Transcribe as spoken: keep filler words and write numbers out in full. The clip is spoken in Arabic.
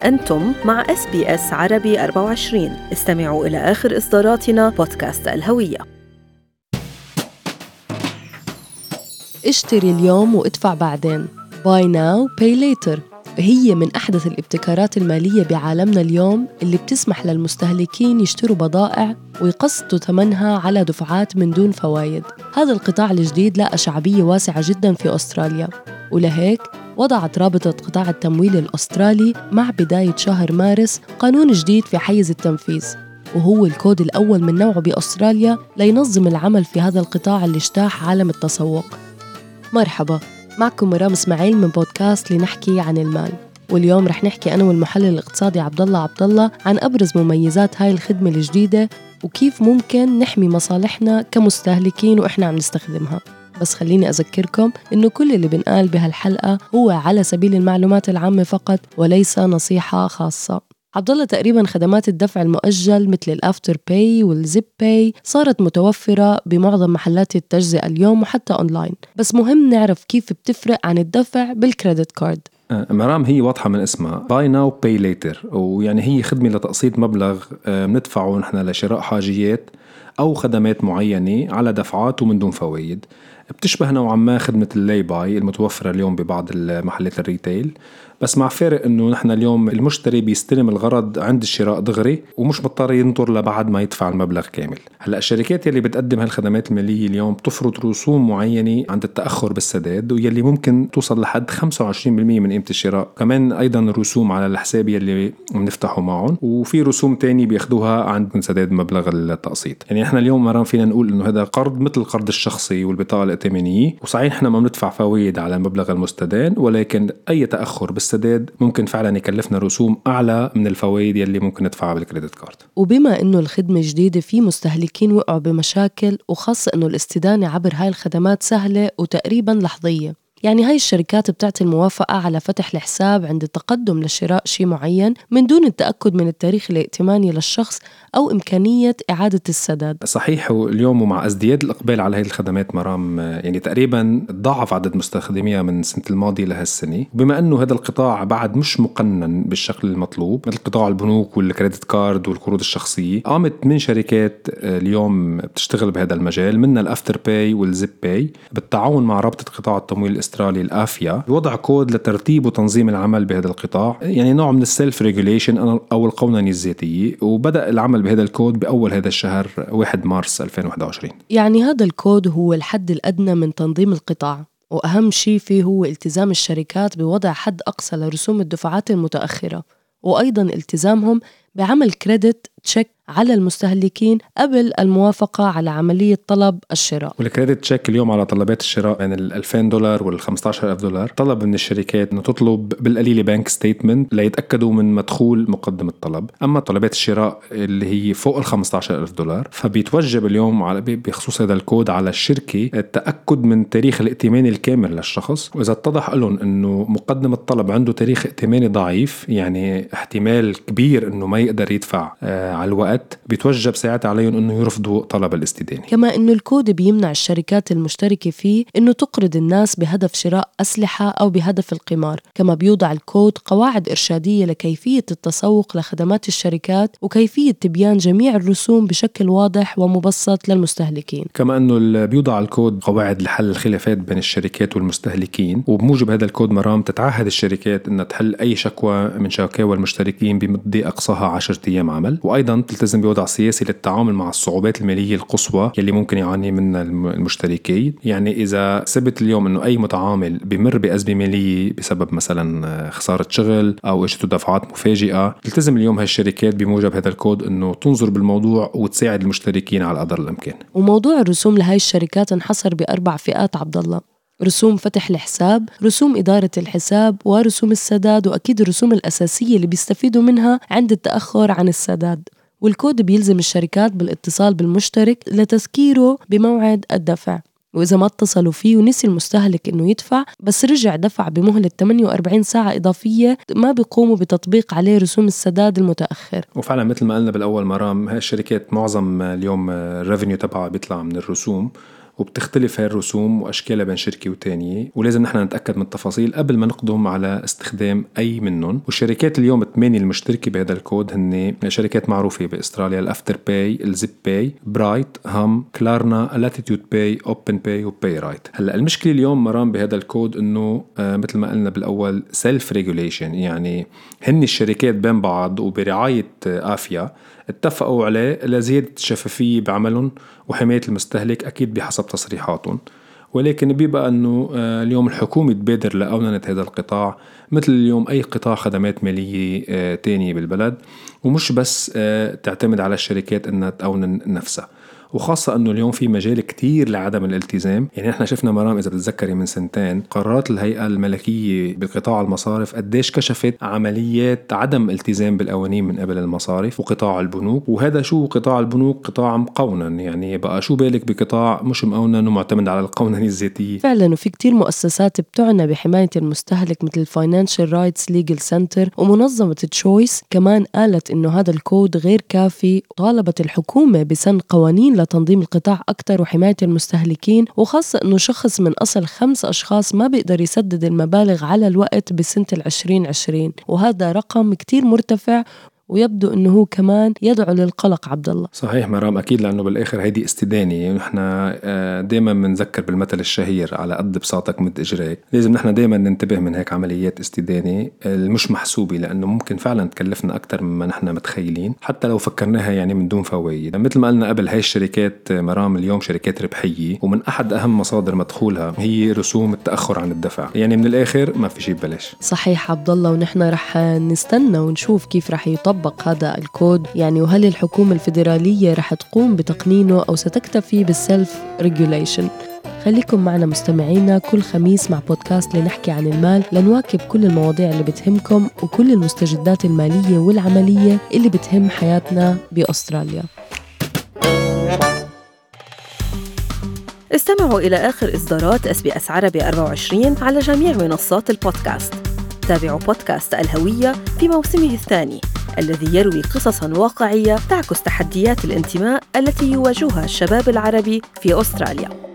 أنتم مع إس بي إس عربي أربعة وعشرين. استمعوا إلى آخر إصداراتنا بودكاست الهوية. اشتري اليوم وادفع بعدين. Buy now, pay later. هي من أحدث الابتكارات المالية بعالمنا اليوم اللي بتسمح للمستهلكين يشتروا بضائع ويقسطوا ثمنها على دفعات من دون فوائد. هذا القطاع الجديد لقى شعبية واسعة جداً في أستراليا، ولهيك وضعت رابطة قطاع التمويل الأسترالي مع بداية شهر مارس قانون جديد في حيز التنفيذ، وهو الكود الأول من نوعه بأستراليا لينظم العمل في هذا القطاع اللي اجتاح عالم التسوق. مرحبا، معكم مرام اسماعيل من بودكاست لنحكي عن المال، واليوم رح نحكي أنا والمحلل الاقتصادي عبدالله عبدالله عن أبرز مميزات هاي الخدمة الجديدة وكيف ممكن نحمي مصالحنا كمستهلكين وإحنا عم نستخدمها. بس خليني أذكركم إنه كل اللي بنقال بهالحلقة هو على سبيل المعلومات العامة فقط وليس نصيحة خاصة. عبدالله، تقريباً خدمات الدفع المؤجل مثل الأفتر باي والزيب باي صارت متوفرة بمعظم محلات التجزئة اليوم وحتى أونلاين، بس مهم نعرف كيف بتفرق عن الدفع بالكريدت كارد. مرام، هي واضحة من اسمها Buy now pay later، ويعني هي خدمة لتقسيط مبلغ بندفعه نحن لشراء حاجيات أو خدمات معينة على دفعات ومن دون فوائد. بتشبه نوعا ما خدمة اللاي باي المتوفرة اليوم ببعض المحلات الريتيل، بس مع فارق انه نحن اليوم المشتري بيستلم الغرض عند الشراء دغري ومش مضطر ينطر لبعد ما يدفع المبلغ كامل. هلا الشركات يلي بتقدم هالخدمات المالية اليوم بتفرض رسوم معينة عند التأخر بالسداد، ويلي ممكن توصل لحد خمسة وعشرين بالمية من قيمة الشراء. كمان ايضا رسوم على الحساب يلي بنفتحه معهم، وفي رسوم تاني بياخدوها عند سداد مبلغ التقسيط. يعني احنا اليوم مرام فينا نقول انه هذا قرض مثل القرض الشخصي والبطاقة الائتمانية، وصحيح احنا ما بندفع فوائد على المبلغ المستدان، ولكن اي تأخر السداد ممكن فعلا يكلفنا رسوم أعلى من الفوائد يلي ممكن ندفعها بالكريدت كارد. وبما إنه الخدمة جديدة، في مستهلكين وقعوا بمشاكل، وخاصة إنه الاستدانة عبر هاي الخدمات سهلة وتقريبا لحظية. يعني هاي الشركات بتعطي الموافقة على فتح الحساب عند التقدم لشراء شيء معين من دون التأكد من التاريخ الائتماني للشخص أو إمكانية إعادة السداد. صحيح، واليوم ومع ازدياد الإقبال على هذه الخدمات مرام، يعني تقريبا ضاعف عدد مستخدميها من السنة الماضية لهالسنة. وبما أنه هذا القطاع بعد مش مقنن بالشكل المطلوب مثل قطاع البنوك والكريدت كارد والقروض الشخصية، قامت من شركات اليوم بتشتغل بهذا المجال، منها الأفتر باي والزيب باي بالتعاون مع رابطة قطاع التمويل الأسترالي الآفيا، وضع كود لترتيب وتنظيم العمل بهذا القطاع، يعني نوع من السيلف ريجوليشن أو القوننة الذاتية. وبدأ العمل بهذا الكود بأول هذا الشهر واحد مارس ألفين وواحد وعشرين. يعني هذا الكود هو الحد الأدنى من تنظيم القطاع، وأهم شيء فيه هو التزام الشركات بوضع حد أقصى لرسوم الدفعات المتأخرة، وأيضاً التزامهم بعمل كريدت تشيك على المستهلكين قبل الموافقة على عملية طلب الشراء. والكريدت تشيك اليوم على طلبات الشراء بين ال ألفين دولار وال خمسة عشر ألف دولار طلب من الشركات أنه تطلب بالقليل بانك ستيتمنت ليتأكدوا من مدخول مقدم الطلب. أما طلبات الشراء اللي هي فوق ال خمسة عشر ألف دولار فبيتوجب اليوم على بخصوص هذا الكود على الشركة التأكد من تاريخ الائتمان الكامل للشخص، وإذا اتضح لهم أنه مقدم الطلب عنده تاريخ ائتماني ضعيف، يعني احتمال كبير أنه ما يقدر يدفع آه على الوقت، بيتوجب ساعتها عليهم أنه يرفضوا طلب الاستدانة. كما أنه الكود بيمنع الشركات المشتركة فيه أنه تقرض الناس بهدف شراء أسلحة أو بهدف القمار. كما بيوضع الكود قواعد إرشادية لكيفية التسوق لخدمات الشركات وكيفية تبيان جميع الرسوم بشكل واضح ومبسط للمستهلكين. كما أنه بيوضع الكود قواعد لحل الخلافات بين الشركات والمستهلكين، وبموجب هذا الكود مرام تتعهد الشركات أنها تحل أي شكوى من شكاوى المشتركين بمدة أقصاها عشرة أيام عمل، وأيضا تلتزم بوضع سياسي للتعامل مع الصعوبات المالية القصوى يلي ممكن يعاني منها المشتركين. يعني إذا ثبت اليوم أنه أي متعامل بمر بأزمة مالية بسبب مثلا خسارة شغل أو إجته دفعات مفاجئة، تلتزم اليوم هالشركات بموجب هذا الكود أنه تنظر بالموضوع وتساعد المشتركين على قدر الإمكان. وموضوع الرسوم لهاي الشركات انحصر بأربع فئات عبدالله: رسوم فتح الحساب، رسوم إدارة الحساب، ورسوم السداد، وأكيد الرسوم الأساسية اللي بيستفيدوا منها عند التأخر عن السداد. والكود بيلزم الشركات بالاتصال بالمشترك لتذكيره بموعد الدفع، وإذا ما اتصلوا فيه ونسي المستهلك إنه يدفع بس رجع دفع بمهلة ثمانية وأربعين ساعة إضافية، ما بيقوموا بتطبيق عليه رسوم السداد المتأخر. وفعلا مثل ما قلنا بالأول مرام، هاي الشركات معظم اليوم الريفينيو تبعها بيطلع من الرسوم، وبتختلف هاي الرسوم وأشكالها بين شركة وتانية، ولازم نحن نتأكد من التفاصيل قبل ما نقدم على استخدام أي منهم. والشركات اليوم الثمانية المشتركة بهذا الكود هن شركات معروفة بأستراليا: الأفتر باي، الزيب باي، برايت، هام، كلارنا، لاتيتيود باي، أوبن باي، وباي رايت. هلا المشكلة اليوم مرام بهذا الكود إنه آه مثل ما قلنا بالأول سيلف ريجوليشن، يعني هن الشركات بين بعض وبرعاية آه آفيا اتفقوا عليه لزيادة الشفافية بعملهم وحماية المستهلك أكيد بحسب تصريحاتهم. ولكن بيبقى أنه اليوم الحكومة تبادر لأوننة هذا القطاع مثل اليوم أي قطاع خدمات مالية تانية بالبلد، ومش بس تعتمد على الشركات أنها تأونن نفسها. وخاصة أنه اليوم في مجال كتير لعدم الالتزام. يعني احنا شفنا مرام إذا بتتذكري من سنتين قرارات الهيئة الملكية بقطاع المصارف قديش كشفت عمليات عدم التزام بالقوانين من قبل المصارف وقطاع البنوك. وهذا شو قطاع البنوك قطاع مقونن، يعني بقى شو بالك بقطاع مش مقونن ومعتمد على القوننة الذاتية. فعلا، وفي كتير مؤسسات بتعنى بحماية المستهلك مثل الفاينانشال رايتس ليجل سنتر ومنظمة تشويس كمان قالت إنه هذا الكود غير كافي، طالبت الحكومة بسن قوانين لتنظيم القطاع أكتر وحماية المستهلكين، وخاصة أنه شخص من أصل خمس أشخاص ما بيقدر يسدد المبالغ على الوقت بسنة العشرين عشرين، وهذا رقم كتير مرتفع ويبدو أنه هو كمان يدعو للقلق. عبد الله صحيح مرام، أكيد، لأنه بالآخر هيدي استدانة. نحن دايما بنذكر بالمثل الشهير على قد بساطك مد إجريك. لازم نحن دايما ننتبه من هيك عمليات استدانة المش محسوبة، لأنه ممكن فعلا تكلفنا أكتر مما نحن متخيلين حتى لو فكرناها يعني من دون فوائد. مثل ما قلنا قبل، هاي الشركات مرام اليوم شركات ربحية، ومن أحد أهم مصادر مدخولها هي رسوم التأخر عن الدفع. يعني من الآخر ما في شيء ببلاش. صحيح عبد الله، ونحن رح نستنى ونشوف كيف رح يطبق هذا الكود، يعني وهل الحكومة الفيدرالية رح تقوم بتقنينه أو ستكتفي بالسيلف ريجوليشن. خليكم معنا مستمعينا كل خميس مع بودكاست لنحكي عن المال، لنواكب كل المواضيع اللي بتهمكم وكل المستجدات المالية والعملية اللي بتهم حياتنا بأستراليا. استمعوا إلى آخر إصدارات إس بي إس عربي أربعة وعشرين على جميع منصات البودكاست. تابعوا بودكاست الهوية في موسمه الثاني الذي يروي قصصاً واقعية تعكس تحديات الانتماء التي يواجهها الشباب العربي في أستراليا.